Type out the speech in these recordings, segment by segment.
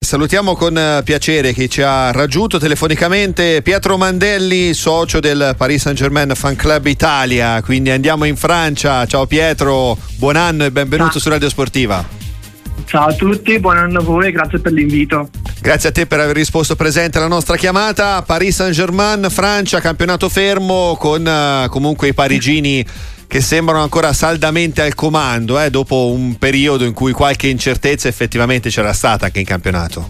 salutiamo con piacere chi ci ha raggiunto telefonicamente, Pietro Mandelli, socio del Paris Saint-Germain Fan Club Italia, quindi andiamo in Francia. Ciao Pietro, buon anno e benvenuto su Radio Sportiva. Ciao a tutti, buon anno a voi e grazie per l'invito. Grazie a te per aver risposto presente alla nostra chiamata. Paris Saint-Germain, Francia, campionato fermo con comunque i parigini che sembrano ancora saldamente al comando, dopo un periodo in cui qualche incertezza effettivamente c'era stata anche in campionato.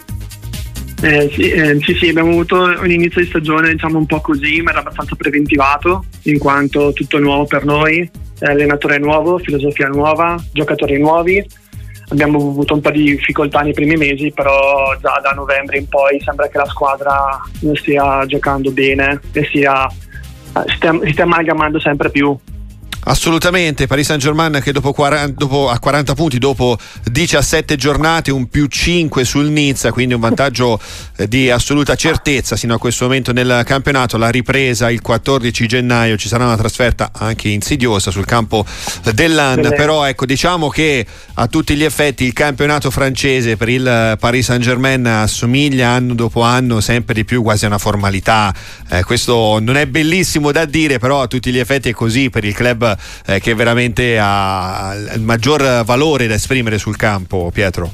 Sì, abbiamo avuto un inizio di stagione diciamo un po' così, ma era abbastanza preventivato, in quanto tutto nuovo per noi, allenatore nuovo, filosofia nuova, giocatori nuovi. Abbiamo avuto un po' di difficoltà nei primi mesi, però già da novembre in poi sembra che la squadra stia giocando bene e si stia amalgamando sempre più. Assolutamente, Paris Saint-Germain che dopo a 40 punti dopo 17 giornate, un +5 sul Nizza, quindi un vantaggio di assoluta certezza sino a questo momento nel campionato. La ripresa il 14 gennaio, ci sarà una trasferta anche insidiosa sul campo dell'An, però ecco, diciamo che a tutti gli effetti il campionato francese per il Paris Saint-Germain assomiglia anno dopo anno sempre di più quasi a una formalità. Questo non è bellissimo da dire, però a tutti gli effetti è così per il club che veramente ha il maggior valore da esprimere sul campo, Pietro.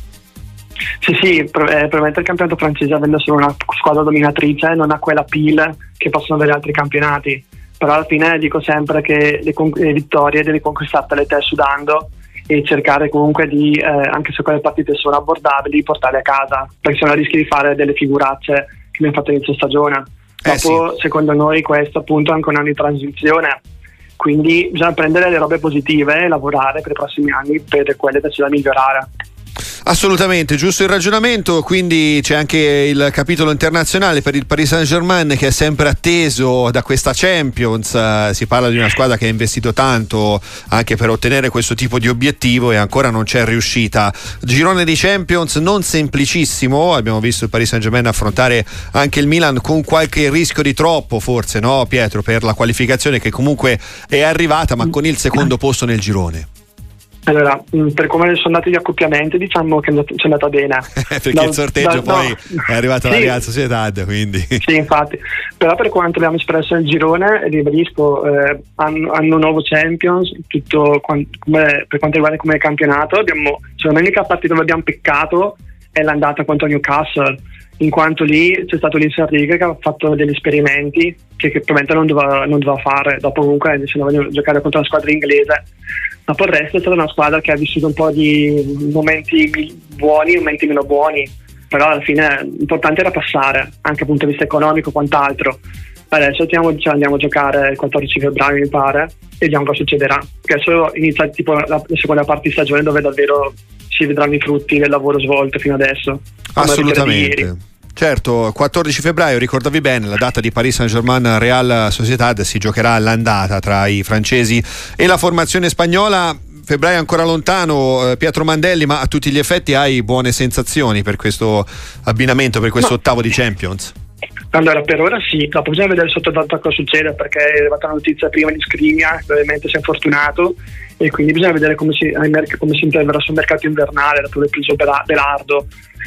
Sì, probabilmente il campionato francese, avendo solo una squadra dominatrice, non ha quella pile che possono avere altri campionati, però alla fine dico sempre che le vittorie devi conquistartele te sudando e cercare comunque di, anche se quelle partite sono abbordabili, portarle a casa, perché se no rischi di fare delle figuracce che abbiamo fatto inizio stagione. Dopo, sì, secondo noi questo appunto è anche un anno di transizione, quindi bisogna prendere le robe positive e lavorare per i prossimi anni per quelle che c'è da migliorare. Assolutamente, giusto il ragionamento. Quindi c'è anche il capitolo internazionale per il Paris Saint-Germain che è sempre atteso da questa Champions. Si parla di una squadra che ha investito tanto anche per ottenere questo tipo di obiettivo e ancora non c'è riuscita. Girone di Champions non semplicissimo, abbiamo visto il Paris Saint-Germain affrontare anche il Milan con qualche rischio di troppo, forse, no Pietro, per la qualificazione che comunque è arrivata, ma con il secondo posto nel girone. Allora, per come sono andati gli accoppiamenti, diciamo che ci è andata bene. Perché il sorteggio poi è arrivato alla Real Sociedad, quindi. Sì, infatti. Però per quanto abbiamo espresso nel girone, ribadisco, hanno un nuovo Champions, tutto per quanto riguarda come campionato. L'unica partita dove abbiamo peccato è l'andata contro Newcastle, in quanto lì c'è stato Luis Enrique che ha fatto degli esperimenti che probabilmente non doveva fare. Dopo comunque se non giocare contro una squadra inglese. Dopo il resto è stata una squadra che ha vissuto un po' di momenti buoni, momenti meno buoni, però alla fine l'importante era passare, anche dal punto di vista economico e quant'altro. Adesso andiamo a giocare il 14 febbraio mi pare e vediamo cosa succederà, perché adesso inizia tipo la seconda parte di stagione dove davvero si vedranno i frutti del lavoro svolto fino adesso. Assolutamente. Certo, 14 febbraio, ricordavi bene, la data di Paris Saint-Germain Real Sociedad, si giocherà all'andata tra i francesi e la formazione spagnola. Febbraio è ancora lontano, Pietro Mandelli, ma a tutti gli effetti hai buone sensazioni per questo abbinamento, per questo ottavo di Champions? Allora, per ora sì, dopo bisogna vedere sotto tanto cosa succede, perché è arrivata la notizia prima di Skriniar, che ovviamente si è infortunato, e quindi bisogna vedere come si interverrà sul mercato invernale dopo aver preso Belardo,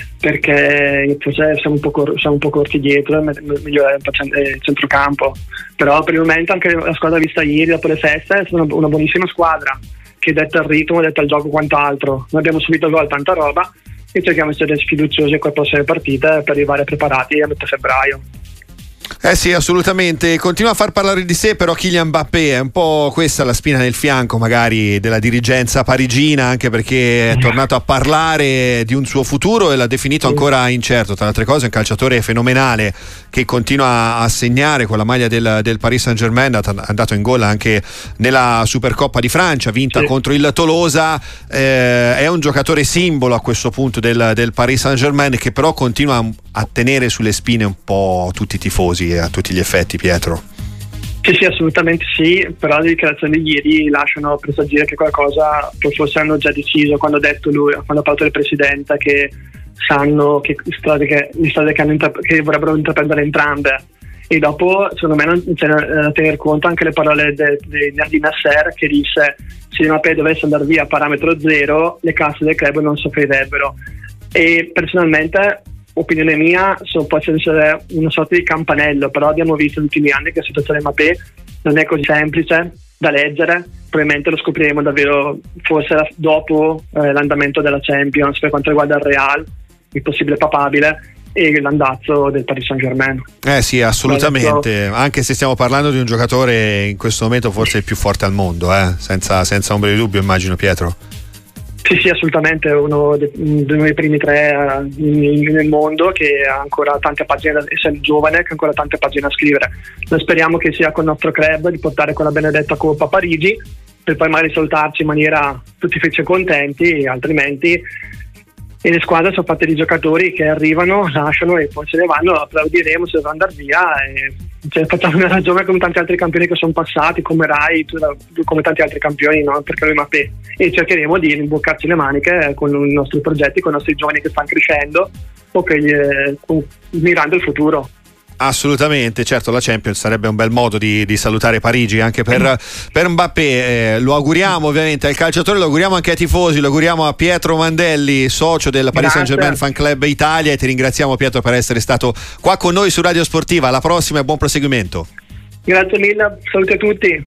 perché forse siamo un po' corti dietro e migliorare il centrocampo. Però per il momento anche la squadra vista ieri dopo le feste è stata una buonissima squadra che detta il ritmo, detta il gioco quant'altro. Noi abbiamo subito gol, tanta roba, e cerchiamo di essere sfiduciosi con le prossime partite per arrivare preparati a metà febbraio. Sì, assolutamente. Continua a far parlare di sé però Kylian Mbappé, è un po' questa la spina nel fianco magari della dirigenza parigina, anche perché è tornato a parlare di un suo futuro e l'ha definito ancora incerto. Tra le altre cose è un calciatore fenomenale che continua a segnare con la maglia del Paris Saint-Germain, è andato in gol anche nella Supercoppa di Francia vinta contro il Tolosa, è un giocatore simbolo a questo punto del Paris Saint-Germain, che però continua a tenere sulle spine un po' tutti i tifosi a tutti gli effetti, Pietro. Sì, assolutamente sì, però le dichiarazioni di ieri lasciano presagire che qualcosa forse hanno già deciso quando ha parlato del presidente, che sanno che strade che vorrebbero intraprendere entrambe. E dopo secondo me non c'è da tener conto anche le parole di Nasser, che disse: se Mbappé dovesse andare via a parametro zero le casse del club non soffrirebbero. e personalmente, opinione mia, può essere una sorta di campanello, però abbiamo visto negli ultimi anni che la situazione Mbappé non è così semplice da leggere. Probabilmente lo scopriremo davvero forse dopo l'andamento della Champions per quanto riguarda il Real, il possibile papabile, e l'andazzo del Paris Saint-Germain. Sì, assolutamente, anche se stiamo parlando di un giocatore in questo momento forse il più forte al mondo, senza ombra di dubbio, immagino, Pietro. Sì, assolutamente, uno dei primi tre nel mondo, che ha ancora tante pagine, essendo giovane, che ha ancora tante pagine da scrivere. Noi speriamo che sia con il nostro club di portare quella benedetta Coppa a Parigi, per poi magari salutarci in maniera tutti felici e contenti, altrimenti. E le squadre sono fatte di giocatori che arrivano, lasciano e poi se ne vanno, applaudiremo se devono andare via, e facciamo una ragione come tanti altri campioni che sono passati, come Rai, come tanti altri campioni, no? Perché lui Mbappé, e cercheremo di rimboccarci le maniche con i nostri progetti, con i nostri giovani che stanno crescendo, mirando il futuro. Assolutamente, certo, la Champions sarebbe un bel modo di salutare Parigi anche per Mbappé. Lo auguriamo ovviamente al calciatore, lo auguriamo anche ai tifosi, lo auguriamo a Pietro Mandelli, socio del Paris Saint-Germain Fan Club Italia, e ti ringraziamo, Pietro, per essere stato qua con noi su Radio Sportiva. Alla prossima e buon proseguimento. Grazie mille, saluti a tutti.